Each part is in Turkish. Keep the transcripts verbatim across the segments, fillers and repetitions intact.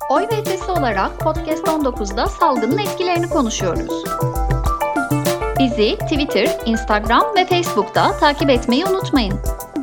Oy ve Ötesi olarak Podcast on dokuzda salgının etkilerini konuşuyoruz. Bizi Twitter, Instagram ve Facebook'ta takip etmeyi unutmayın.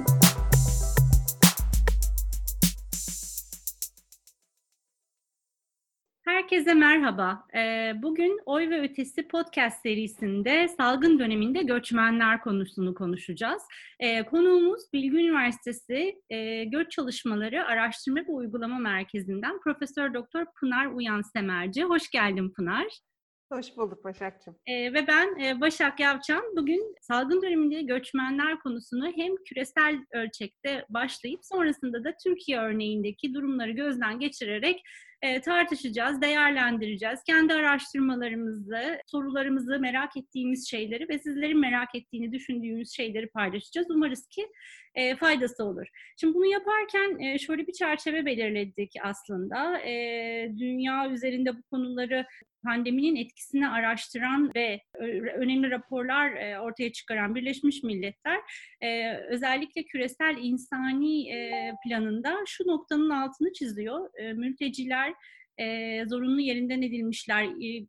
Herkese merhaba. Bugün Oy ve Ötesi podcast serisinde salgın döneminde göçmenler konusunu konuşacağız. Konuğumuz Bilgi Üniversitesi Göç Çalışmaları Araştırma ve Uygulama Merkezi'nden Profesör Doktor Pınar Uyan Semerci. Hoş geldin Pınar. Hoş bulduk Başak'cığım. Ee, ve ben e, Başak Yavçan. Bugün salgın döneminde göçmenler konusunu hem küresel ölçekte başlayıp sonrasında da Türkiye örneğindeki durumları gözden geçirerek e, tartışacağız, değerlendireceğiz. Kendi araştırmalarımızı, sorularımızı, merak ettiğimiz şeyleri ve sizlerin merak ettiğini düşündüğümüz şeyleri paylaşacağız. Umarız ki e, faydası olur. Şimdi bunu yaparken e, şöyle bir çerçeve belirledik aslında. E, dünya üzerinde bu konuları pandeminin etkisini araştıran ve önemli raporlar ortaya çıkaran Birleşmiş Milletler özellikle küresel insani planında şu noktanın altını çiziyor. Mülteciler zorunlu yerinden edilmişler,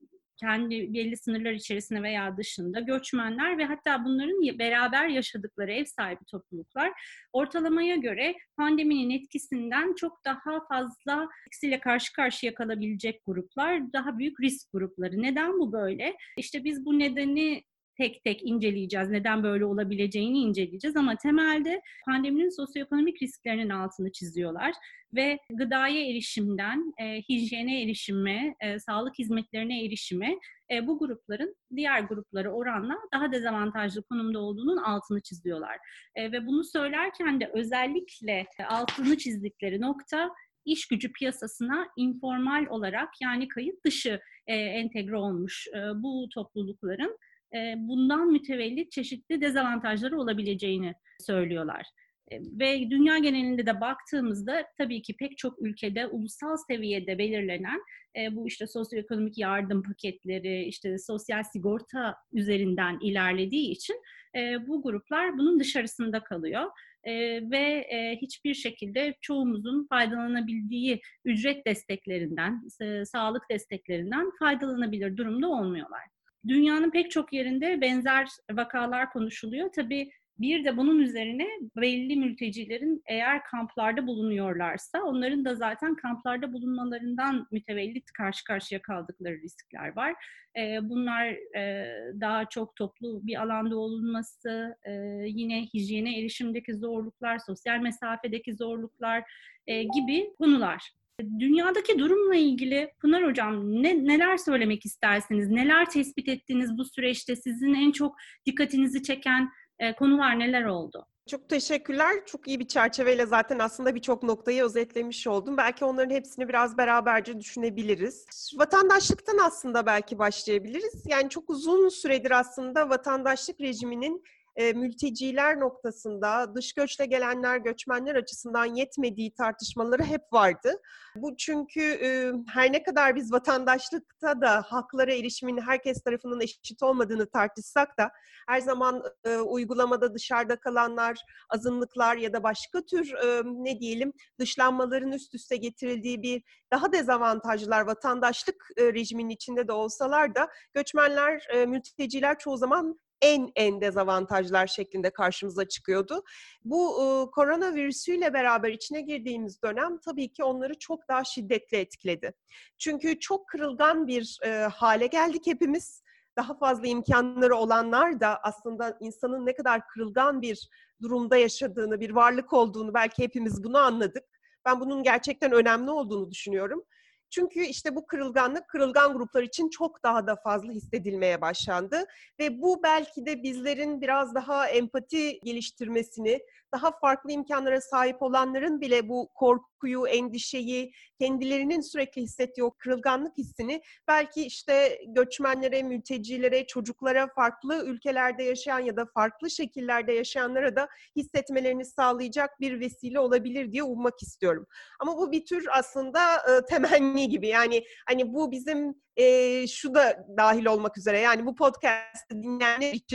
kendi belli sınırlar içerisinde veya dışında göçmenler ve hatta bunların beraber yaşadıkları ev sahibi topluluklar ortalamaya göre pandeminin etkisinden çok daha fazla etkisiyle karşı karşıya kalabilecek gruplar, daha büyük risk grupları. Neden bu böyle? İşte biz bu nedeni tek tek inceleyeceğiz. Neden böyle olabileceğini inceleyeceğiz ama temelde pandeminin sosyoekonomik risklerinin altını çiziyorlar ve gıdaya erişimden, e, hijyene erişime, e, sağlık hizmetlerine erişime e, bu grupların diğer gruplara oranla daha dezavantajlı konumda olduğunun altını çiziyorlar. E, ve bunu söylerken de özellikle altını çizdikleri nokta iş gücü piyasasına informal olarak yani kayıt dışı e, entegre olmuş e, bu toplulukların bundan mütevellit çeşitli dezavantajları olabileceğini söylüyorlar. Ve dünya genelinde de baktığımızda tabii ki pek çok ülkede ulusal seviyede belirlenen bu işte sosyoekonomik yardım paketleri, işte sosyal sigorta üzerinden ilerlediği için bu gruplar bunun dışarısında kalıyor. Ve hiçbir şekilde çoğumuzun faydalanabildiği ücret desteklerinden, sağlık desteklerinden faydalanabilir durumda olmuyorlar. Dünyanın pek çok yerinde benzer vakalar konuşuluyor. Tabii bir de bunun üzerine belli mültecilerin eğer kamplarda bulunuyorlarsa onların da zaten kamplarda bulunmalarından mütevellit karşı karşıya kaldıkları riskler var. Bunlar daha çok toplu bir alanda olunması, yine hijyene erişimdeki zorluklar, sosyal mesafedeki zorluklar gibi konular. Dünyadaki durumla ilgili Pınar Hocam ne, neler söylemek istersiniz? Neler tespit ettiniz bu süreçte? Sizin en çok dikkatinizi çeken e, konular neler oldu? Çok teşekkürler. Çok iyi bir çerçeveyle zaten aslında birçok noktayı özetlemiş oldum. Belki onların hepsini biraz beraberce düşünebiliriz. Vatandaşlıktan aslında belki başlayabiliriz. Yani çok uzun süredir aslında vatandaşlık rejiminin E, mülteciler noktasında dış göçle gelenler, göçmenler açısından yetmediği tartışmaları hep vardı. Bu çünkü e, her ne kadar biz vatandaşlıkta da haklara erişimin herkes tarafından eşit olmadığını tartışsak da her zaman e, uygulamada dışarıda kalanlar, azınlıklar ya da başka tür e, ne diyelim dışlanmaların üst üste getirildiği bir daha dezavantajlılar vatandaşlık e, rejiminin içinde de olsalar da göçmenler, e, mülteciler çoğu zaman en en dezavantajlar şeklinde karşımıza çıkıyordu. Bu e, koronavirüsüyle beraber içine girdiğimiz dönem tabii ki onları çok daha şiddetli etkiledi. Çünkü çok kırılgan bir e, hale geldik hepimiz. Daha fazla imkanları olanlar da aslında insanın ne kadar kırılgan bir durumda yaşadığını, bir varlık olduğunu belki hepimiz bunu anladık. Ben bunun gerçekten önemli olduğunu düşünüyorum. Çünkü işte bu kırılganlık kırılgan gruplar için çok daha da fazla hissedilmeye başlandı. Ve bu belki de bizlerin biraz daha empati geliştirmesini, daha farklı imkanlara sahip olanların bile bu korkuyu, endişeyi, kendilerinin sürekli hissettiği o kırılganlık hissini belki işte göçmenlere, mültecilere, çocuklara, farklı ülkelerde yaşayan ya da farklı şekillerde yaşayanlara da hissetmelerini sağlayacak bir vesile olabilir diye ummak istiyorum. Ama bu bir tür aslında e, temenni gibi. Yani hani bu bizim e, şu da dahil olmak üzere. Yani bu podcast'ı dinleyenler için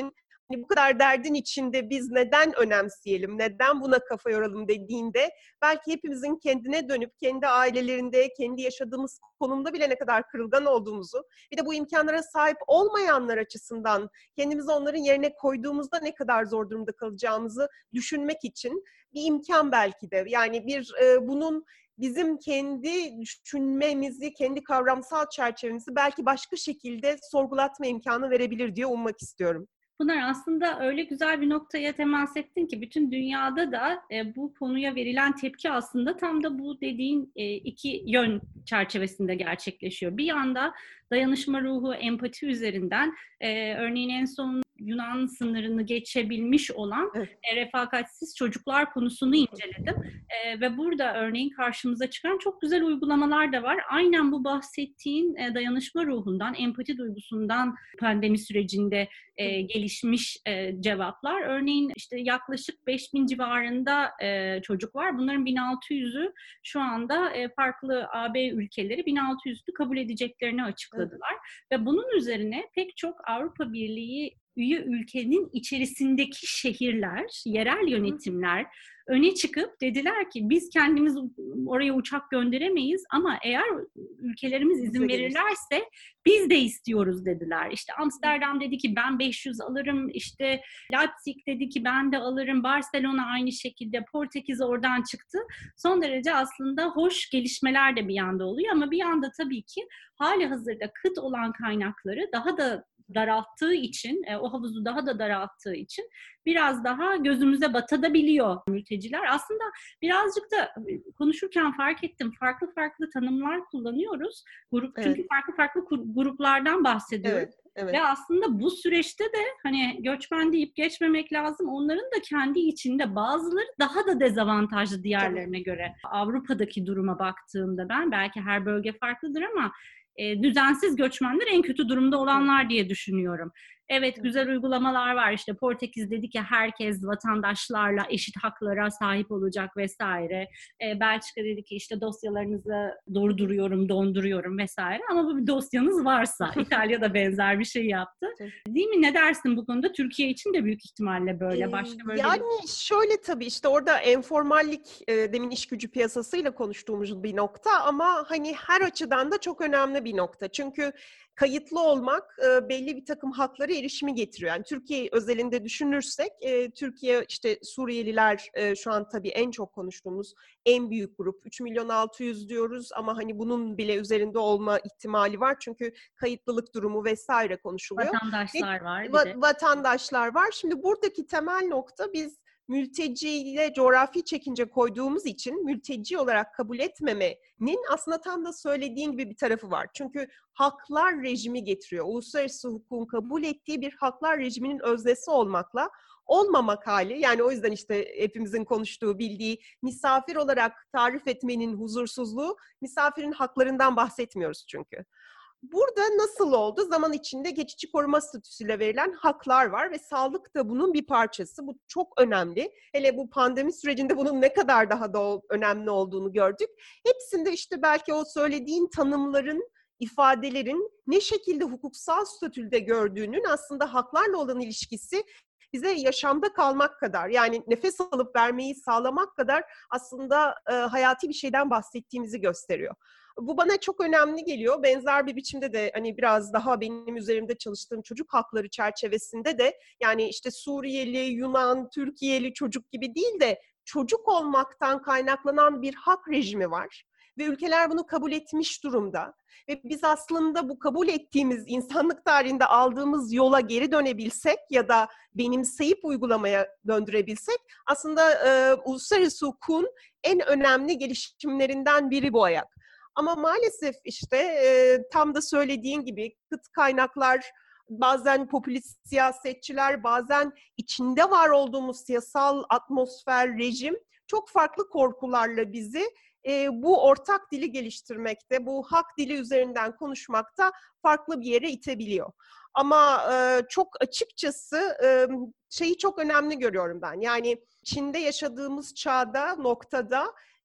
bu kadar derdin içinde biz neden önemseyelim, neden buna kafa yoralım dediğinde belki hepimizin kendine dönüp kendi ailelerinde, kendi yaşadığımız konumda bile ne kadar kırılgan olduğumuzu, bir de bu imkanlara sahip olmayanlar açısından kendimizi onların yerine koyduğumuzda ne kadar zor durumda kalacağımızı düşünmek için bir imkan belki de. Yani bir e, bunun bizim kendi düşünmemizi, kendi kavramsal çerçevemizi belki başka şekilde sorgulatma imkanı verebilir diye ummak istiyorum. Pınar, aslında öyle güzel bir noktaya temas ettin ki bütün dünyada da e, bu konuya verilen tepki aslında tam da bu dediğin e, iki yön çerçevesinde gerçekleşiyor. Bir yanda dayanışma ruhu, empati üzerinden e, örneğin en son Yunan sınırını geçebilmiş olan evet. e, refakatsiz çocuklar konusunu inceledim. E, ve burada örneğin karşımıza çıkan çok güzel uygulamalar da var. Aynen bu bahsettiğin e, dayanışma ruhundan, empati duygusundan pandemi sürecinde e, gelişmiş e, cevaplar. Örneğin işte yaklaşık beş bin civarında e, çocuk var. Bunların bin altı yüzü şu anda e, farklı A B ülkeleri bin altı yüzü kabul edeceklerini açıkladılar. Evet. Ve bunun üzerine pek çok Avrupa Birliği üye ülkenin içerisindeki şehirler, yerel yönetimler öne çıkıp dediler ki biz kendimiz oraya uçak gönderemeyiz ama eğer ülkelerimiz izin verirlerse biz de istiyoruz dediler. İşte Amsterdam dedi ki ben beş yüz alırım, işte Leipzig dedi ki ben de alırım, Barcelona aynı şekilde, Portekiz oradan çıktı. Son derece aslında hoş gelişmeler de bir yanda oluyor ama bir yanda tabii ki hali hazırda kıt olan kaynakları daha da daralttığı için, o havuzu daha da daralttığı için biraz daha gözümüze batabiliyor mülteciler. Aslında birazcık da konuşurken fark ettim, farklı farklı tanımlar kullanıyoruz. Grup, evet. Çünkü farklı farklı gruplardan bahsediyoruz. Evet, evet. Ve aslında bu süreçte de hani göçmen deyip geçmemek lazım. Onların da kendi içinde bazıları daha da dezavantajlı diğerlerine Tabii. göre. Avrupa'daki duruma baktığımda ben, belki her bölge farklıdır ama E, düzensiz göçmenler en kötü durumda olanlar diye düşünüyorum. Evet, güzel uygulamalar var. İşte Portekiz dedi ki herkes vatandaşlarla eşit haklara sahip olacak vesaire. E, Belçika dedi ki işte dosyalarınızı durduruyorum, donduruyorum vesaire. Ama bu bir dosyanız varsa. İtalya da benzer bir şey yaptı. Değil mi? Ne dersin bu konuda? Türkiye için de büyük ihtimalle böyle. Başka böyle yani bir... şöyle tabii işte orada enformallik e, demin iş gücü piyasasıyla konuştuğumuz bir nokta ama hani her açıdan da çok önemli bir nokta. Çünkü kayıtlı olmak e, belli bir takım haklara erişimi getiriyor. Yani Türkiye özelinde düşünürsek, e, Türkiye işte Suriyeliler e, şu an tabii en çok konuştuğumuz en büyük grup. üç milyon altı yüz diyoruz ama hani bunun bile üzerinde olma ihtimali var. Çünkü kayıtlılık durumu vesaire konuşuluyor. Vatandaşlar Ve, var. Bir va- de. Vatandaşlar var. Şimdi buradaki temel nokta biz mülteciyle coğrafi çekince koyduğumuz için mülteci olarak kabul etmemenin aslında tam da söylediğin gibi bir tarafı var. Çünkü haklar rejimi getiriyor. Uluslararası hukukun kabul ettiği bir haklar rejiminin öznesi olmakla olmamak hali, yani o yüzden işte hepimizin konuştuğu, bildiği misafir olarak tarif etmenin huzursuzluğu, misafirin haklarından bahsetmiyoruz çünkü. Burada nasıl oldu? Zaman içinde geçici koruma statüsüyle verilen haklar var ve sağlık da bunun bir parçası. Bu çok önemli. Hele bu pandemi sürecinde bunun ne kadar daha da önemli olduğunu gördük. Hepsinde işte belki o söylediğin tanımların, ifadelerin ne şekilde hukuksal statüde gördüğünün aslında haklarla olan ilişkisi bize yaşamda kalmak kadar, yani nefes alıp vermeyi sağlamak kadar aslında e, hayati bir şeyden bahsettiğimizi gösteriyor. Bu bana çok önemli geliyor. Benzer bir biçimde de hani biraz daha benim üzerimde çalıştığım çocuk hakları çerçevesinde de yani işte Suriyeli, Yunan, Türkiyeli çocuk gibi değil de çocuk olmaktan kaynaklanan bir hak rejimi var. Ve ülkeler bunu kabul etmiş durumda. Ve biz aslında bu kabul ettiğimiz, insanlık tarihinde aldığımız yola geri dönebilsek ya da benimseyip uygulamaya döndürebilsek aslında e, uluslararası hukukun en önemli gelişimlerinden biri bu ayak. Ama maalesef işte e, tam da söylediğin gibi kıt kaynaklar, bazen popülist siyasetçiler, bazen içinde var olduğumuz siyasal atmosfer, rejim çok farklı korkularla bizi e, bu ortak dili geliştirmekte, bu hak dili üzerinden konuşmakta farklı bir yere itebiliyor. Ama e, çok açıkçası e, şeyi çok önemli görüyorum ben. Yani Çin'de yaşadığımız çağda, noktada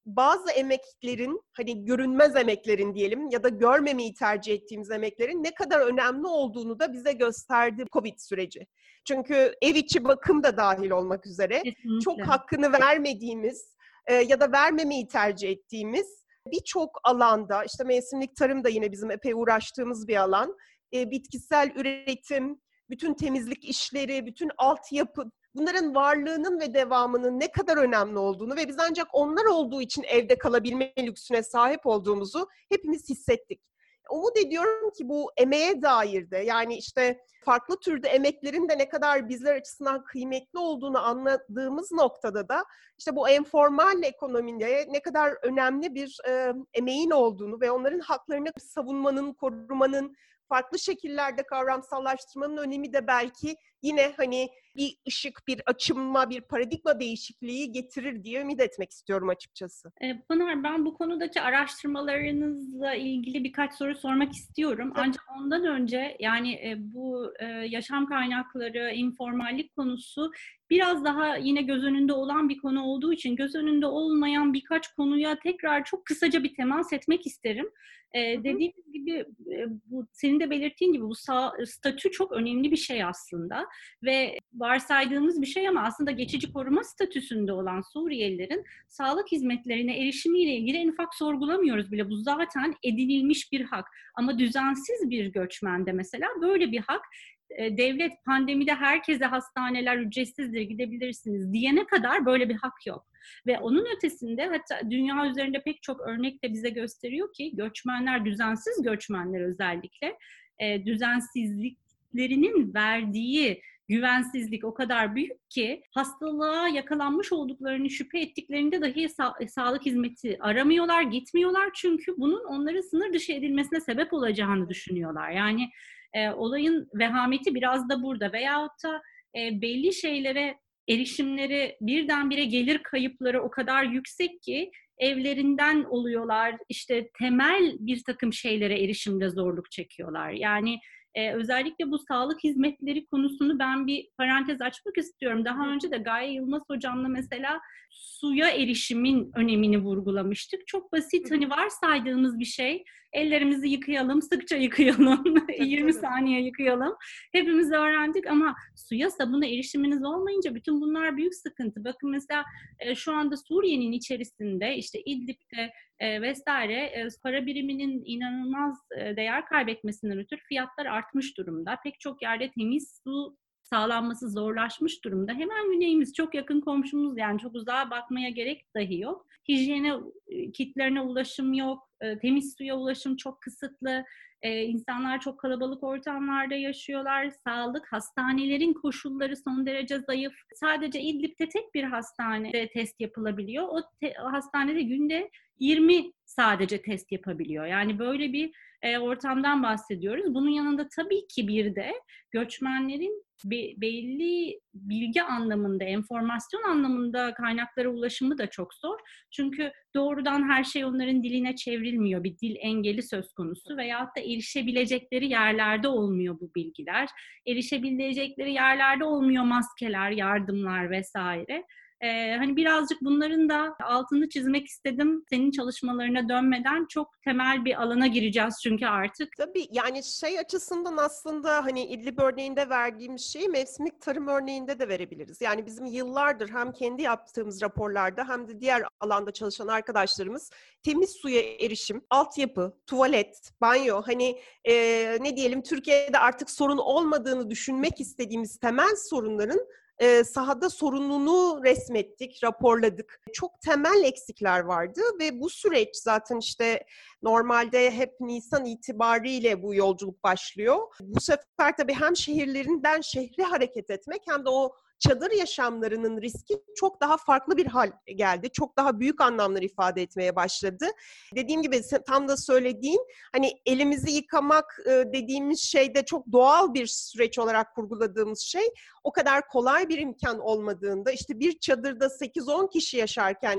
bazı emeklerin, hani görünmez emeklerin diyelim ya da görmemeyi tercih ettiğimiz emeklerin ne kadar önemli olduğunu da bize gösterdi Covid süreci. Çünkü ev içi bakım da dahil olmak üzere Kesinlikle. çok hakkını vermediğimiz e, ya da vermemeyi tercih ettiğimiz birçok alanda, işte mevsimlik tarım da yine bizim epey uğraştığımız bir alan, e, bitkisel üretim, bütün temizlik işleri, bütün altyapı, bunların varlığının ve devamının ne kadar önemli olduğunu ve biz ancak onlar olduğu için evde kalabilme lüksüne sahip olduğumuzu hepimiz hissettik. Umut ediyorum ki bu emeğe dair de, yani işte farklı türde emeklerin de ne kadar bizler açısından kıymetli olduğunu anladığımız noktada da işte bu informal ekonomide ne kadar önemli bir e, emeğin olduğunu ve onların haklarını savunmanın, korumanın, farklı şekillerde kavramsallaştırmanın önemi de belki yine hani bir ışık, bir açılma, bir paradigma değişikliği getirir diye ümit etmek istiyorum açıkçası. E, Pınar, ben bu konudaki araştırmalarınızla ilgili birkaç soru sormak istiyorum. Tabii. Ancak ondan önce yani e, bu e, yaşam kaynakları, informallik konusu biraz daha yine göz önünde olan bir konu olduğu için göz önünde olmayan birkaç konuya tekrar çok kısaca bir temas etmek isterim. Ee, dediğimiz gibi e, bu senin de belirttiğin gibi bu sağ, statü çok önemli bir şey aslında ve varsaydığımız bir şey ama aslında geçici koruma statüsünde olan Suriyelilerin sağlık hizmetlerine erişimiyle ilgili en ufak sorgulamıyoruz bile. Bu zaten edinilmiş bir hak ama düzensiz bir göçmende mesela böyle bir hak devlet pandemide herkese hastaneler ücretsizdir gidebilirsiniz diyene kadar böyle bir hak yok. Ve onun ötesinde hatta dünya üzerinde pek çok örnek de bize gösteriyor ki göçmenler, düzensiz göçmenler özellikle e, düzensizliklerinin verdiği güvensizlik o kadar büyük ki hastalığa yakalanmış olduklarını şüphe ettiklerinde dahi sa- sağlık hizmeti aramıyorlar, gitmiyorlar çünkü bunun onların sınır dışı edilmesine sebep olacağını düşünüyorlar. Yani e, olayın vehameti biraz da burada veyahut da e, belli şeylere erişimleri birdenbire gelir kayıpları o kadar yüksek ki evlerinden oluyorlar, işte temel bir takım şeylere erişimde zorluk çekiyorlar. Yani e, özellikle bu sağlık hizmetleri konusunu ben bir parantez açmak istiyorum. Daha önce de Gaye Yılmaz hocamla mesela suya erişimin önemini vurgulamıştık. Çok basit, hani varsaydığımız bir şey. Ellerimizi yıkayalım, sıkça yıkayalım, yirmi saniye yıkayalım. Hepimiz öğrendik ama suya, sabuna erişiminiz olmayınca bütün bunlar büyük sıkıntı. Bakın mesela e, şu anda Suriye'nin içerisinde işte İdlib'de e, vesaire e, para biriminin inanılmaz e, değer kaybetmesinden ötürü fiyatlar artmış durumda. Pek çok yerde temiz su sağlanması zorlaşmış durumda. Hemen güneyimiz, çok yakın komşumuz, yani çok uzağa bakmaya gerek dahi yok. Hijyene kitlerine ulaşım yok, temiz suya ulaşım çok kısıtlı. Ee, insanlar çok kalabalık ortamlarda yaşıyorlar. Sağlık, hastanelerin koşulları son derece zayıf. Sadece İdlib'de tek bir hastanede test yapılabiliyor. O, te- o hastanede günde yirmi sadece test yapabiliyor. Yani böyle bir e, ortamdan bahsediyoruz. Bunun yanında tabii ki bir de göçmenlerin be- belli bilgi anlamında, enformasyon anlamında kaynaklara ulaşımı da çok zor. Çünkü doğrudan her şey onların diline çevrilmiyor. Bir dil engeli söz konusu veyahut da erişebilecekleri yerlerde olmuyor bu bilgiler. Erişebilecekleri yerlerde olmuyor maskeler, yardımlar vesaire. Ee, hani birazcık bunların da altını çizmek istedim. Senin çalışmalarına dönmeden çok temel bir alana gireceğiz çünkü artık. Tabii yani şey açısından aslında hani İdlib örneğinde verdiğimiz şeyi mevsimlik tarım örneğinde de verebiliriz. Yani bizim yıllardır hem kendi yaptığımız raporlarda hem de diğer alanda çalışan arkadaşlarımız temiz suya erişim, altyapı, tuvalet, banyo, hani e, ne diyelim Türkiye'de artık sorun olmadığını düşünmek istediğimiz temel sorunların E, sahada sorununu resmettik, raporladık. Çok temel eksikler vardı ve bu süreç zaten işte normalde hep Nisan itibariyle bu yolculuk başlıyor. Bu sefer tabii hem şehirlerinden şehre hareket etmek hem de o çadır yaşamlarının riski çok daha farklı bir hal geldi. Çok daha büyük anlamlar ifade etmeye başladı. Dediğim gibi tam da söylediğin hani elimizi yıkamak dediğimiz şeyde çok doğal bir süreç olarak kurguladığımız şey o kadar kolay bir imkan olmadığında işte bir çadırda sekiz on kişi yaşarken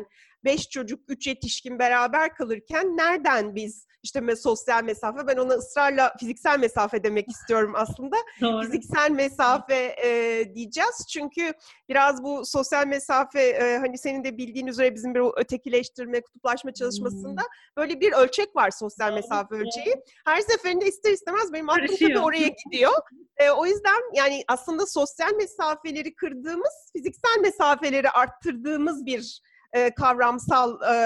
beş çocuk, üç yetişkin beraber kalırken nereden biz işte sosyal mesafe, ben ona ısrarla fiziksel mesafe demek istiyorum aslında. Doğru. Fiziksel mesafe e, diyeceğiz. Çünkü biraz bu sosyal mesafe e, hani senin de bildiğin üzere bizim bir ötekileştirme, kutuplaşma çalışmasında hmm. böyle bir ölçek var, sosyal mesafe ölçeği. Her seferinde ister istemez benim aklım tabii oraya gidiyor. E, o yüzden yani aslında sosyal mesafeleri kırdığımız, fiziksel mesafeleri arttırdığımız bir e, kavramsal e,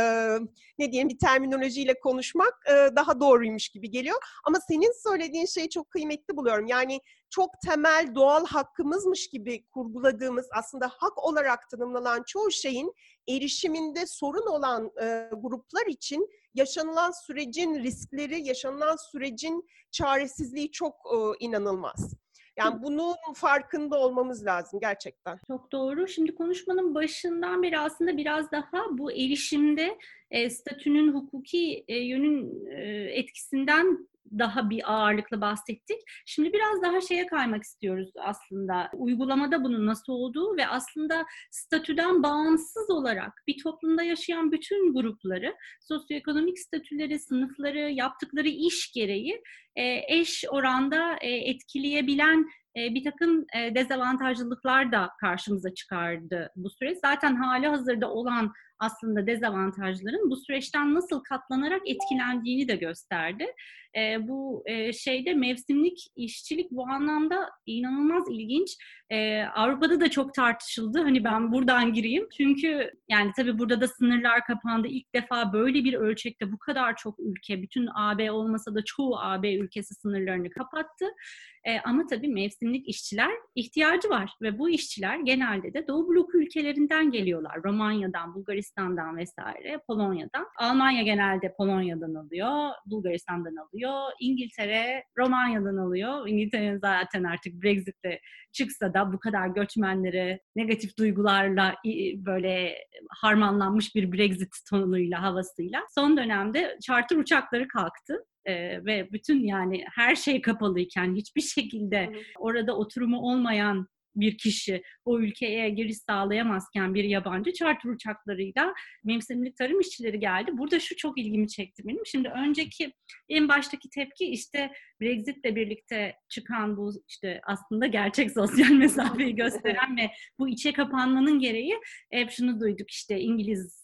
ne diyeyim bir terminolojiyle konuşmak e, daha doğruymuş gibi geliyor. Ama senin söylediğin şeyi çok kıymetli buluyorum. Yani çok temel doğal hakkımızmış gibi kurguladığımız, aslında hak olarak tanımlanan çoğu şeyin erişiminde sorun olan e, gruplar için yaşanılan sürecin riskleri, yaşanılan sürecin çaresizliği çok e, inanılmaz. Yani bunun farkında olmamız lazım gerçekten. Çok doğru. Şimdi konuşmanın başından beri aslında biraz daha bu erişimde e, statünün hukuki e, yönün e, etkisinden daha bir ağırlıkla bahsettik. Şimdi biraz daha şeye kaymak istiyoruz aslında. Uygulamada bunun nasıl olduğu ve aslında statüden bağımsız olarak bir toplumda yaşayan bütün grupları, sosyoekonomik statüleri, sınıfları, yaptıkları iş gereği e, eş oranda e, etkileyebilen e, bir takım e, dezavantajlılıklar da karşımıza çıkardı bu süreç. Zaten hali hazırda olan aslında dezavantajların bu süreçten nasıl katlanarak etkilendiğini de gösterdi. E, bu e, şeyde mevsimlik işçilik bu anlamda inanılmaz ilginç. E, Avrupa'da da çok tartışıldı. Hani ben buradan gireyim. Çünkü yani tabii burada da sınırlar kapandı. İlk defa böyle bir ölçekte bu kadar çok ülke, bütün A B olmasa da çoğu A B ülkesi sınırlarını kapattı. E, ama tabii mevsimlik işçiler ihtiyacı var ve bu işçiler genelde de Doğu bloku ülkelerinden geliyorlar. Romanya'dan, Bulgaristan'dan vesaire, Polonya'dan. Almanya genelde Polonya'dan alıyor, Bulgaristan'dan alıyor. İngiltere Romanya'dan alıyor. İngiltere zaten artık Brexit'le çıksa da bu kadar göçmenlere negatif duygularla böyle harmanlanmış bir Brexit tonuyla, havasıyla. Son dönemde charter uçakları kalktı. Ee, ve bütün yani her şey kapalıyken hiçbir şekilde orada oturumu olmayan bir kişi o ülkeye giriş sağlayamazken bir yabancı charter uçaklarıyla mevsimlik tarım işçileri geldi. Burada şu çok ilgimi çekti benim. Şimdi önceki en baştaki tepki işte Brexit'le birlikte çıkan bu işte aslında gerçek sosyal mesafeyi gösteren ve bu içe kapanmanın gereği hep şunu duyduk işte İngiliz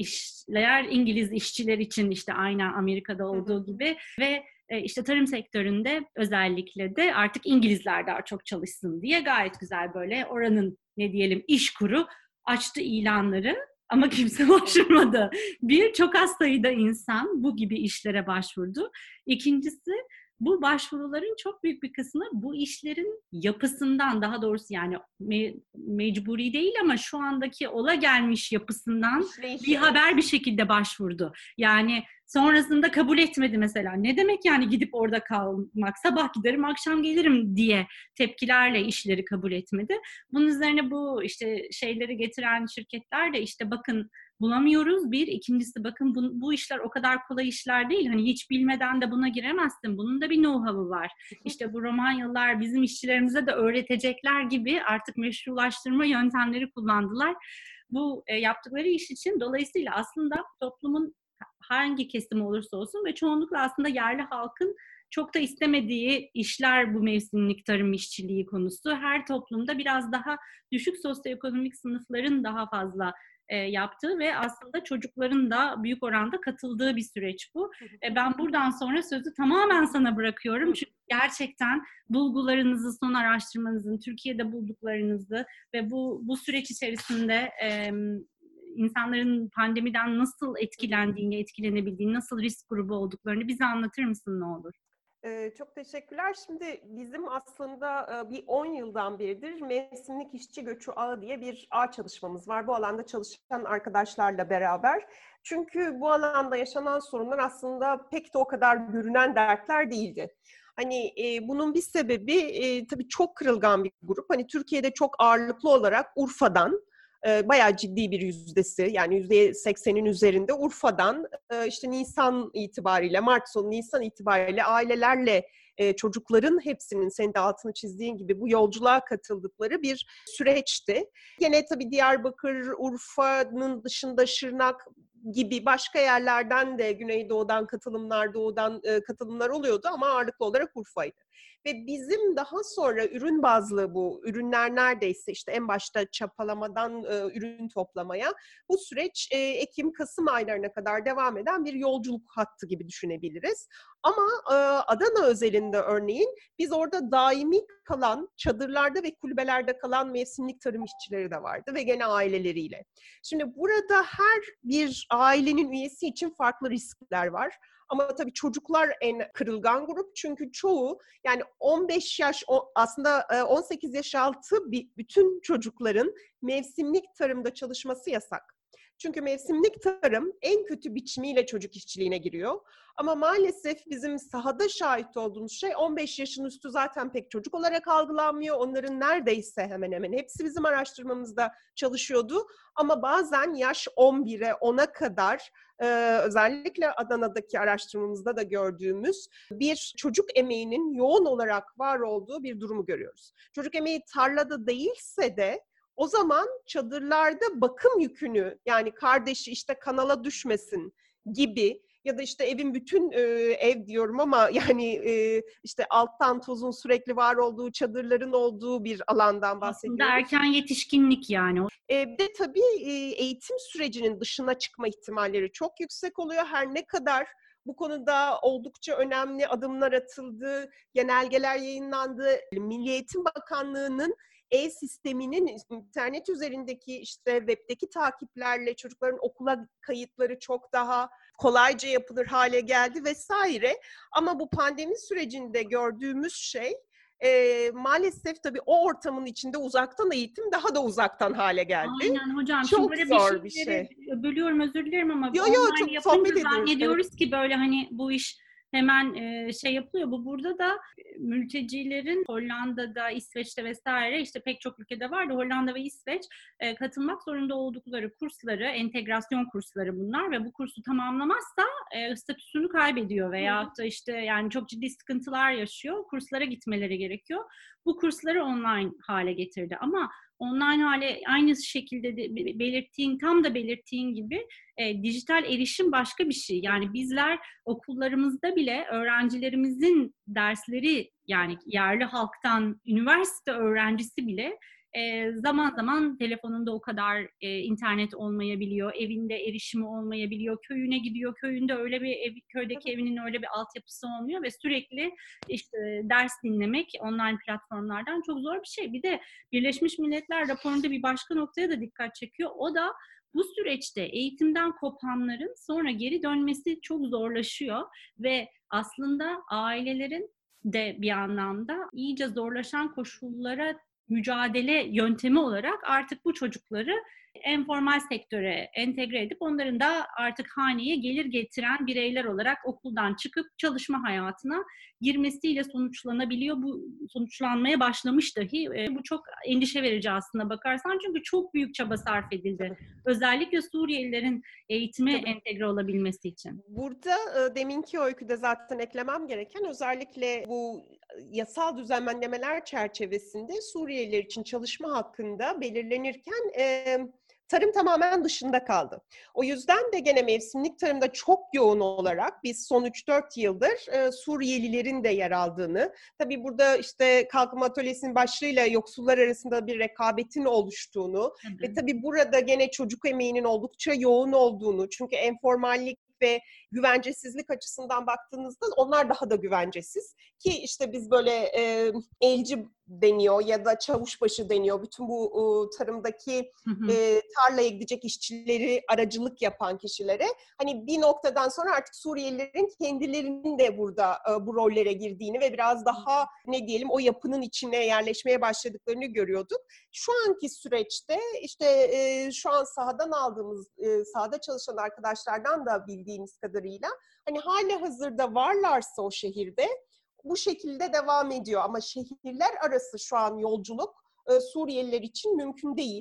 işler İngiliz işçiler için işte aynı Amerika'da olduğu gibi ve işte tarım sektöründe özellikle de artık İngilizler daha çok çalışsın diye gayet güzel böyle oranın ne diyelim işkuru açtı ilanları ama kimse başvurmadı. Bir, çok az sayıda insan bu gibi işlere başvurdu. İkincisi, bu başvuruların çok büyük bir kısmı bu işlerin yapısından, daha doğrusu yani me- mecburi değil ama şu andaki ola gelmiş yapısından bir haber bir şekilde başvurdu. Yani sonrasında kabul etmedi mesela. Ne demek yani gidip orada kalmak, sabah giderim akşam gelirim diye tepkilerle işleri kabul etmedi. Bunun üzerine bu işte şeyleri getiren şirketler de işte bakın bulamıyoruz. Bir, ikincisi bakın bu, bu işler o kadar kolay işler değil. Hani hiç bilmeden de buna giremezsin. Bunun da bir know-how'ı var. İşte bu Romanyalılar bizim işçilerimize de öğretecekler gibi artık meşrulaştırma yöntemleri kullandılar. Bu e, yaptıkları iş için dolayısıyla aslında toplumun hangi kesimi olursa olsun ve çoğunlukla aslında yerli halkın çok da istemediği işler bu mevsimlik tarım işçiliği konusu. Her toplumda biraz daha düşük sosyoekonomik sınıfların daha fazla e, yaptığı ve aslında çocukların da büyük oranda katıldığı bir süreç bu. E, ben buradan sonra sözü tamamen sana bırakıyorum. Çünkü gerçekten bulgularınızı, son araştırmanızın, Türkiye'de bulduklarınızı ve bu bu süreç içerisinde e, insanların pandemiden nasıl etkilendiğini, etkilenebildiğini, nasıl risk grubu olduklarını bize anlatır mısın ne olur? Ee, çok teşekkürler. Şimdi bizim aslında bir on yıldan beridir mevsimlik işçi göçü ağı diye bir ağ çalışmamız var. Bu alanda çalışan arkadaşlarla beraber. Çünkü bu alanda yaşanan sorunlar aslında pek de o kadar görünen dertler değildi. Hani e, bunun bir sebebi e, tabii çok kırılgan bir grup. Hani Türkiye'de çok ağırlıklı olarak Urfa'dan, e, bayağı ciddi bir yüzdesi, yani yüzde seksenin üzerinde Urfa'dan e, işte Nisan itibariyle, Mart sonu Nisan itibariyle ailelerle e, çocukların hepsinin senin de altını çizdiğin gibi bu yolculuğa katıldıkları bir süreçti. Gene tabii Diyarbakır, Urfa'nın dışında Şırnak gibi başka yerlerden de Güneydoğu'dan katılımlar, Doğu'dan e, katılımlar oluyordu ama ağırlıklı olarak Urfa'ydı. Ve bizim daha sonra ürün bazlı bu ürünler neredeyse işte en başta çapalamadan e, ürün toplamaya bu süreç e, Ekim-Kasım aylarına kadar devam eden bir yolculuk hattı gibi düşünebiliriz. Ama e, Adana özelinde örneğin biz orada daimi kalan, çadırlarda ve kulübelerde kalan mevsimlik tarım işçileri de vardı ve gene aileleriyle. Şimdi burada her bir ailenin üyesi için farklı riskler var. Ama tabii çocuklar en kırılgan grup çünkü çoğu yani on beş yaş aslında on sekiz yaş altı bütün çocukların mevsimlik tarımda çalışması yasak. Çünkü mevsimlik tarım en kötü biçimiyle çocuk işçiliğine giriyor. Ama maalesef bizim sahada şahit olduğumuz şey on beş yaşın üstü zaten pek çocuk olarak algılanmıyor. Onların neredeyse hemen hemen hepsi bizim araştırmamızda çalışıyordu. Ama bazen yaş on bire ona kadar e, özellikle Adana'daki araştırmamızda da gördüğümüz bir çocuk emeğinin yoğun olarak var olduğu bir durumu görüyoruz. Çocuk emeği tarlada değilse de o zaman çadırlarda bakım yükünü yani kardeşi işte kanala düşmesin gibi ya da işte evin bütün e, ev diyorum ama yani e, işte alttan tozun sürekli var olduğu çadırların olduğu bir alandan bahsediyoruz. Aslında erken yetişkinlik yani. E, bir de tabii e, eğitim sürecinin dışına çıkma ihtimalleri çok yüksek oluyor. Her ne kadar bu konuda oldukça önemli adımlar atıldı, genelgeler yayınlandı. Milli Eğitim Bakanlığı'nın e-sisteminin internet üzerindeki işte webdeki takiplerle çocukların okula kayıtları çok daha kolayca yapılır hale geldi vesaire. Ama bu pandemi sürecinde gördüğümüz şey e, maalesef tabii o ortamın içinde uzaktan eğitim daha da uzaktan hale geldi. Aynen hocam. Çok Şimdi böyle zor bir, bir şey. Bölüyorum özür dilerim ama yo, yo, online çok yapınca ediyoruz. zannediyoruz Evet. ki böyle hani bu iş hemen e, şey yapılıyor. Bu burada da mültecilerin Hollanda'da, İsveç'te vesaire işte pek çok ülkede var da Hollanda ve İsveç e, katılmak zorunda oldukları kursları, entegrasyon kursları bunlar ve bu kursu tamamlamazsa e, statüsünü kaybediyor veya da işte yani çok ciddi sıkıntılar yaşıyor. Kurslara gitmeleri gerekiyor. Bu kursları online hale getirdi ama online hale aynı şekilde de belirttiğin, tam da belirttiğin gibi e, dijital erişim başka bir şey. Yani bizler okullarımızda bile öğrencilerimizin dersleri yani yerli halktan üniversite öğrencisi bile e, zaman zaman telefonunda o kadar e, internet olmayabiliyor, evinde erişimi olmayabiliyor, köyüne gidiyor, köyünde öyle bir ev, köydeki evinin öyle bir altyapısı olmuyor ve sürekli işte ders dinlemek online platformlardan çok zor bir şey. Bir de Birleşmiş Milletler raporunda bir başka noktaya da dikkat çekiyor. O da bu süreçte eğitimden kopanların sonra geri dönmesi çok zorlaşıyor ve aslında ailelerin de bir anlamda iyice zorlaşan koşullara mücadele yöntemi olarak artık bu çocukları informal sektöre entegre edip onların da artık haneye gelir getiren bireyler olarak okuldan çıkıp çalışma hayatına girmesiyle sonuçlanabiliyor. Bu sonuçlanmaya başlamış dahi. E, bu çok endişe verici aslında bakarsan çünkü çok büyük çaba sarf edildi. Özellikle Suriyelilerin eğitime Tabii. entegre olabilmesi için. Burada e, deminki öyküde zaten eklemem gereken özellikle bu yasal düzenlemeler çerçevesinde Suriyeliler için çalışma hakkında belirlenirken e, tarım tamamen dışında kaldı. O yüzden de gene mevsimlik tarımda çok yoğun olarak biz son üç dört yıldır e, Suriyelilerin de yer aldığını, tabii burada işte Kalkınma Atölyesi'nin başlığıyla yoksullar arasında bir rekabetin oluştuğunu hı hı. ve tabii burada gene çocuk emeğinin oldukça yoğun olduğunu, çünkü enformallik ve güvencesizlik açısından baktığınızda onlar daha da güvencesiz. Ki işte biz böyle e, elci deniyor ya da çavuşbaşı deniyor. Bütün bu e, tarımdaki hı hı. E, tarlaya gidecek işçileri aracılık yapan kişilere. Hani bir noktadan sonra artık Suriyelilerin kendilerinin de burada e, bu rollere girdiğini ve biraz daha ne diyelim o yapının içine yerleşmeye başladıklarını görüyorduk. Şu anki süreçte işte e, şu an sahadan aldığımız, e, sahada çalışan arkadaşlardan da bildiğimiz kadarıyla hani hali hazırda varlarsa o şehirde bu şekilde devam ediyor. Ama şehirler arası şu an yolculuk e, Suriyeliler için mümkün değil.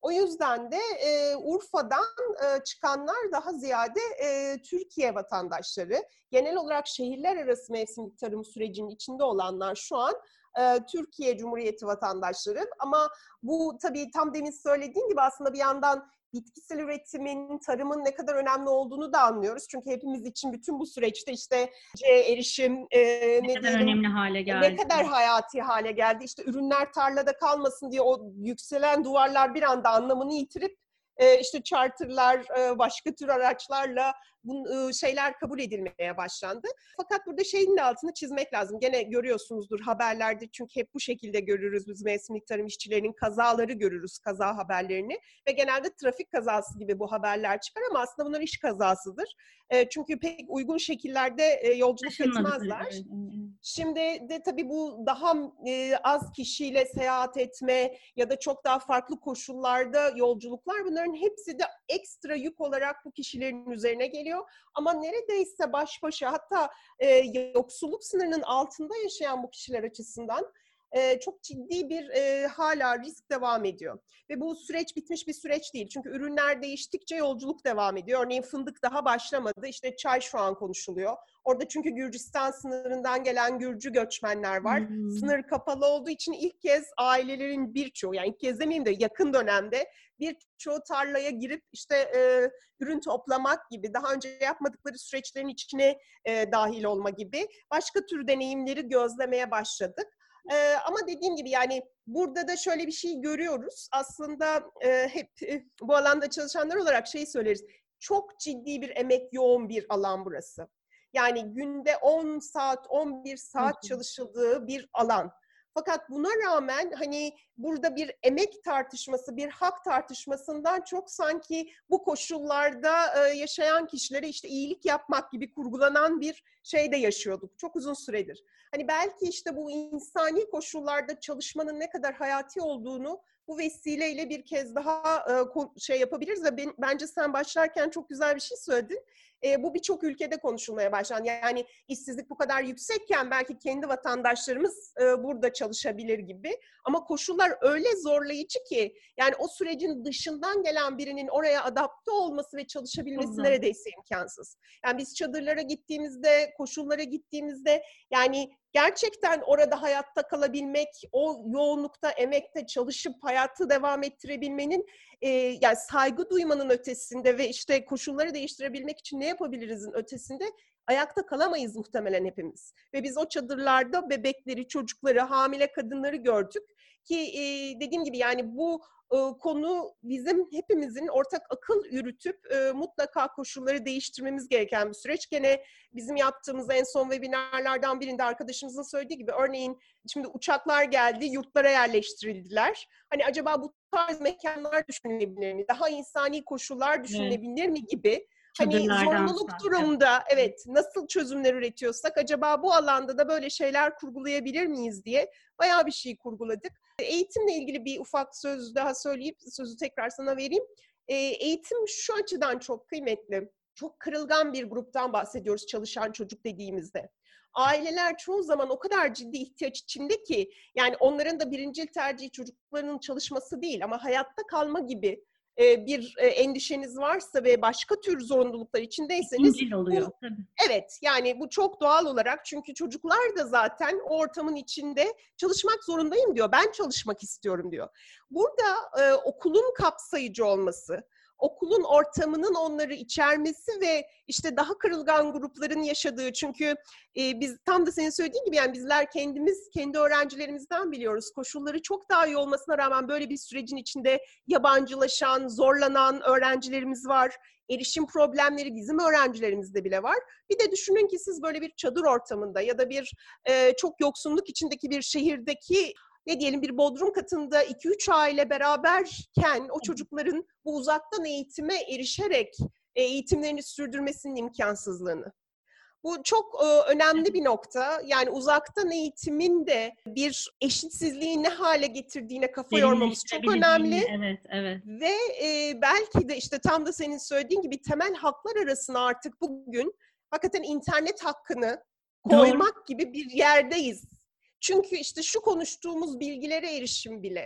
O yüzden de e, Urfa'dan e, çıkanlar daha ziyade e, Türkiye vatandaşları. Genel olarak şehirler arası mevsimlik tarım sürecinin içinde olanlar şu an e, Türkiye Cumhuriyeti vatandaşları. Ama bu tabii tam demin söylediğim gibi aslında bir yandan bitkisel üretimin, tarımın ne kadar önemli olduğunu da anlıyoruz. Çünkü hepimiz için bütün bu süreçte işte erişim, e, ne, ne kadar diyelim, önemli hale geldi. Ne kadar hayati hale geldi. İşte ürünler tarlada kalmasın diye o yükselen duvarlar bir anda anlamını yitirip e, işte charterlar, e, başka tür araçlarla bu e, şeyler kabul edilmeye başlandı. Fakat burada şeyin de altını çizmek lazım. Gene görüyorsunuzdur haberlerde, çünkü hep bu şekilde görürüz biz mevsimlik tarım işçilerinin kazaları görürüz, kaza haberlerini ve genelde trafik kazası gibi bu haberler çıkar ama aslında bunlar iş kazasıdır. E, çünkü pek uygun şekillerde e, yolculuk etmezler. Evet. Şimdi de tabii bu daha e, az kişiyle seyahat etme ya da çok daha farklı koşullarda yolculuklar, bunların hepsi de ekstra yük olarak bu kişilerin üzerine geliyor. Ama neredeyse baş başa, hatta e, yoksulluk sınırının altında yaşayan bu kişiler açısından e, çok ciddi bir e, hala risk devam ediyor. Ve bu süreç bitmiş bir süreç değil. Çünkü ürünler değiştikçe yolculuk devam ediyor. Örneğin fındık daha başlamadı. İşte çay şu an konuşuluyor. Orada çünkü Gürcistan sınırından gelen Gürcü göçmenler var. Hmm. Sınır kapalı olduğu için ilk kez ailelerin birçoğu, yani ilk kez demeyeyim de yakın dönemde birçoğu tarlaya girip işte e, ürün toplamak gibi, daha önce yapmadıkları süreçlerin içine e, dahil olma gibi başka tür deneyimleri gözlemeye başladık. Ee, ama dediğim gibi yani burada da şöyle bir şey görüyoruz. Aslında e, hep e, bu alanda çalışanlar olarak şey söyleriz. Çok ciddi bir emek yoğun bir alan burası. Yani günde on saat, on bir saat çalışıldığı bir alan. Fakat buna rağmen hani burada bir emek tartışması, bir hak tartışmasından çok sanki bu koşullarda e, yaşayan kişilere işte iyilik yapmak gibi kurgulanan bir şey de yaşıyorduk çok uzun süredir. Hani belki işte bu insani koşullarda çalışmanın ne kadar hayati olduğunu bu vesileyle bir kez daha e, şey yapabiliriz ve ben, bence sen başlarken çok güzel bir şey söyledin. E, bu birçok ülkede konuşulmaya başlandı. Yani işsizlik bu kadar yüksekken belki kendi vatandaşlarımız e, burada çalışabilir gibi. Ama koşullar öyle zorlayıcı ki yani o sürecin dışından gelen birinin oraya adapte olması ve çalışabilmesi Hı-hı. neredeyse imkansız. Yani biz çadırlara gittiğimizde, koşullara gittiğimizde yani gerçekten orada hayatta kalabilmek, o yoğunlukta, emekte çalışıp hayatı devam ettirebilmenin e, yani saygı duymanın ötesinde ve işte koşulları değiştirebilmek için ne yapabilirizin ötesinde ayakta kalamayız muhtemelen hepimiz. Ve biz o çadırlarda bebekleri, çocukları, hamile kadınları gördük ki e, dediğim gibi yani bu e, konu bizim hepimizin ortak akıl yürütüp e, mutlaka koşulları değiştirmemiz gereken bir süreç. Gene bizim yaptığımız en son webinarlardan birinde arkadaşımızın söylediği gibi örneğin şimdi uçaklar geldi, yurtlara yerleştirildiler. Hani acaba bu tarz mekanlar düşünülebilir mi? Daha insani koşullar düşünülebilir evet. mi gibi. Hani zorunluluk durumda evet nasıl çözümler üretiyorsak acaba bu alanda da böyle şeyler kurgulayabilir miyiz diye bayağı bir şey kurguladık. Eğitimle ilgili bir ufak söz daha söyleyip sözü tekrar sana vereyim. Eğitim şu açıdan çok kıymetli. Çok kırılgan bir gruptan bahsediyoruz çalışan çocuk dediğimizde. Aileler çoğu zaman o kadar ciddi ihtiyaç içinde ki yani onların da birincil tercihi çocuklarının çalışması değil ama hayatta kalma gibi bir endişeniz varsa ve başka tür zorunluluklar içindeyseniz İncil oluyor. Bu, evet yani bu çok doğal olarak çünkü çocuklar da zaten o ortamın içinde çalışmak zorundayım diyor. Ben çalışmak istiyorum diyor. Burada e, okulun kapsayıcı olması, okulun ortamının onları içermesi ve işte daha kırılgan grupların yaşadığı çünkü e, biz tam da senin söylediğin gibi yani bizler kendimiz kendi öğrencilerimizden biliyoruz. Koşulları çok daha iyi olmasına rağmen böyle bir sürecin içinde yabancılaşan, zorlanan öğrencilerimiz var. Erişim problemleri bizim öğrencilerimizde bile var. Bir de düşünün ki siz böyle bir çadır ortamında ya da bir e, çok yoksunluk içindeki bir şehirdeki ne diyelim bir bodrum katında iki üç aile beraberken o çocukların bu uzaktan eğitime erişerek eğitimlerini sürdürmesinin imkansızlığını. Bu çok e, önemli bir nokta. Yani uzaktan eğitimin de bir eşitsizliği ne hale getirdiğine kafa yormamız çok önemli. Evet, evet. Ve e, belki de işte tam da senin söylediğin gibi temel haklar arasına artık bugün hakikaten internet hakkını koymak Doğru. gibi bir yerdeyiz. Çünkü işte şu konuştuğumuz bilgilere erişim bile,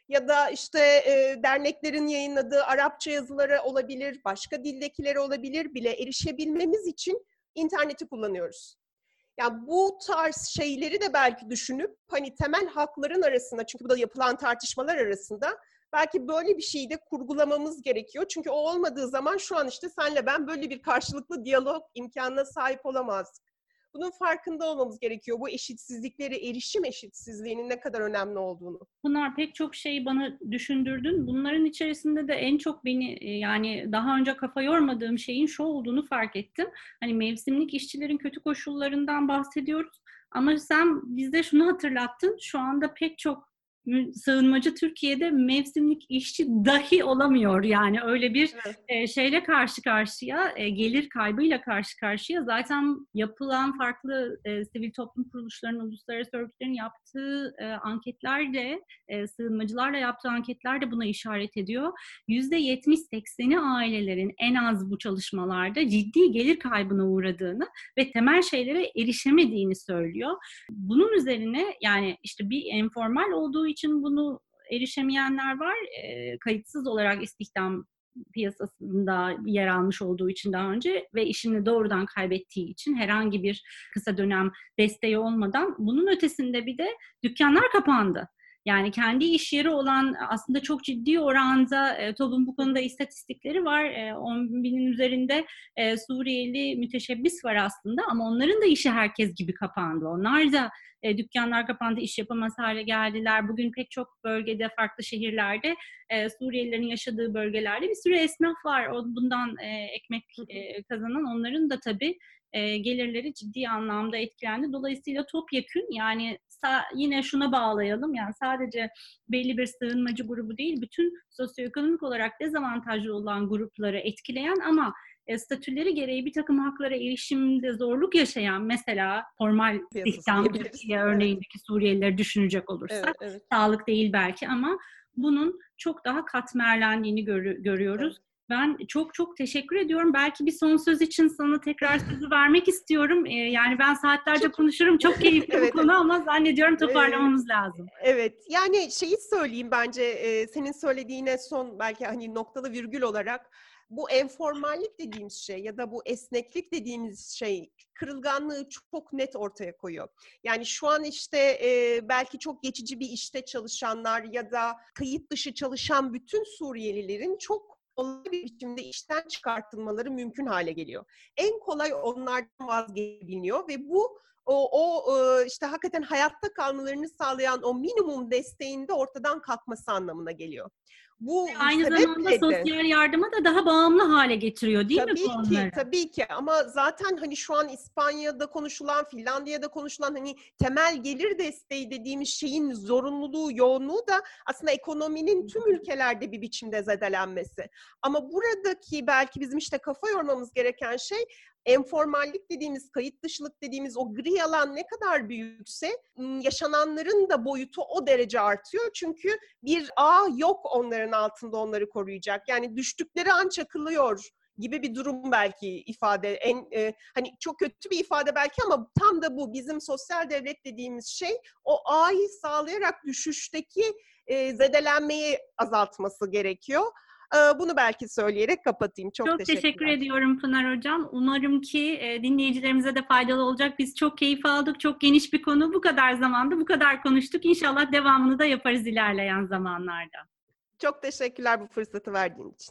ya da işte e, derneklerin yayınladığı Arapça yazıları olabilir, başka dildekileri olabilir bile erişebilmemiz için interneti kullanıyoruz. Yani bu tarz şeyleri de belki düşünüp hani temel hakların arasında, çünkü bu da yapılan tartışmalar arasında belki böyle bir şeyi de kurgulamamız gerekiyor. Çünkü o olmadığı zaman şu an işte senle ben böyle bir karşılıklı diyalog imkanına sahip olamazdık. Bunun farkında olmamız gerekiyor. Bu eşitsizlikleri, erişim eşitsizliğinin ne kadar önemli olduğunu. Bunlar pek çok şeyi bana düşündürdün. Bunların içerisinde de en çok beni, yani daha önce kafa yormadığım şeyin şu olduğunu fark ettim. Hani mevsimlik işçilerin kötü koşullarından bahsediyoruz. Ama sen bize şunu hatırlattın. Şu anda pek çok sığınmacı Türkiye'de mevsimlik işçi dahi olamıyor. Yani öyle bir evet. e, şeyle karşı karşıya, e, gelir kaybıyla karşı karşıya. Zaten yapılan farklı e, sivil toplum kuruluşlarının, uluslararası örgütlerin yaptığı e, anketler de, e, sığınmacılarla yaptığı anketler de buna işaret ediyor. yüzde yetmiş sekseni ailelerin en az bu çalışmalarda ciddi gelir kaybına uğradığını ve temel şeylere erişemediğini söylüyor. Bunun üzerine yani işte bir enformal olduğu için bunu erişemeyenler var. E, kayıtsız olarak istihdam piyasasında yer almış olduğu için daha önce ve işini doğrudan kaybettiği için herhangi bir kısa dönem desteği olmadan, bunun ötesinde bir de dükkanlar kapandı. Yani kendi iş yeri olan aslında çok ciddi oranda e, TOB'un bu konuda istatistikleri var. E, on binin üzerinde e, Suriyeli müteşebbis var aslında ama onların da işi herkes gibi kapandı. Onlar da e, dükkanlar kapandı, iş yapamaz hale geldiler. Bugün pek çok bölgede, farklı şehirlerde, e, Suriyelilerin yaşadığı bölgelerde bir sürü esnaf var. O, bundan e, ekmek e, kazanan, onların da tabii e, gelirleri ciddi anlamda etkilendi. Dolayısıyla topyekün, yani sa- yine şuna bağlayalım, yani sadece belli bir sığınmacı grubu değil, bütün sosyoekonomik olarak dezavantajlı olan grupları etkileyen ama e, statüleri gereği bir takım haklara erişimde zorluk yaşayan, mesela formal istihdam Türkiye örneğindeki evet. Suriyelileri düşünecek olursak, evet, evet. sağlık değil belki ama bunun çok daha katmerlendiğini gör- görüyoruz. Evet. Ben çok çok teşekkür ediyorum. Belki bir son söz için sana tekrar sözü vermek istiyorum. Ee, yani ben saatlerce çok, konuşurum. Çok keyifli evet, bu konu evet. ama zannediyorum toparlamamız evet. lazım. Evet. Yani şeyi söyleyeyim bence e, senin söylediğine son belki hani noktalı virgül olarak, bu enformallik dediğimiz şey ya da bu esneklik dediğimiz şey kırılganlığı çok net ortaya koyuyor. Yani şu an işte e, belki çok geçici bir işte çalışanlar ya da kayıt dışı çalışan bütün Suriyelilerin çok kolay bir biçimde işten çıkartılmaları mümkün hale geliyor. En kolay onlardan vazgeçiliyor ve bu o, o işte hakikaten hayatta kalmalarını sağlayan o minimum desteğin de ortadan kalkması anlamına geliyor. Bu aynı zamanda de, sosyal yardıma da daha bağımlı hale getiriyor değil tabii mi bu onları? Tabii ki, tabii ki ama zaten hani şu an İspanya'da konuşulan, Finlandiya'da konuşulan hani temel gelir desteği dediğimiz şeyin zorunluluğu, yoğunluğu da aslında ekonominin tüm ülkelerde bir biçimde zedelenmesi. Ama buradaki belki bizim işte kafa yormamız gereken şey, enformallik dediğimiz, kayıt dışılık dediğimiz o gri alan ne kadar büyükse yaşananların da boyutu o derece artıyor. Çünkü bir ağ yok onların altında onları koruyacak. Yani düştükleri an çakılıyor gibi bir durum belki ifade. En e, hani çok kötü bir ifade belki ama tam da bu. Bizim sosyal devlet dediğimiz şey o ağı sağlayarak düşüşteki e, zedelenmeyi azaltması gerekiyor. Bunu belki söyleyerek kapatayım. Çok, çok teşekkür ediyorum Pınar Hocam. Umarım ki e, dinleyicilerimize de faydalı olacak. Biz çok keyif aldık. Çok geniş bir konu. Bu kadar zamanda bu kadar konuştuk. İnşallah devamını da yaparız ilerleyen zamanlarda. Çok teşekkürler bu fırsatı verdiğin için.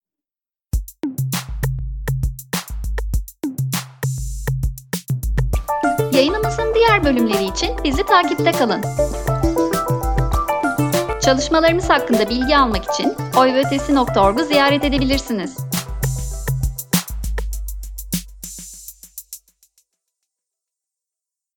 Yayınımızın diğer bölümleri için bizi takipte kalın. Çalışmalarımız hakkında bilgi almak için oy ve ötesi nokta org'u ziyaret edebilirsiniz.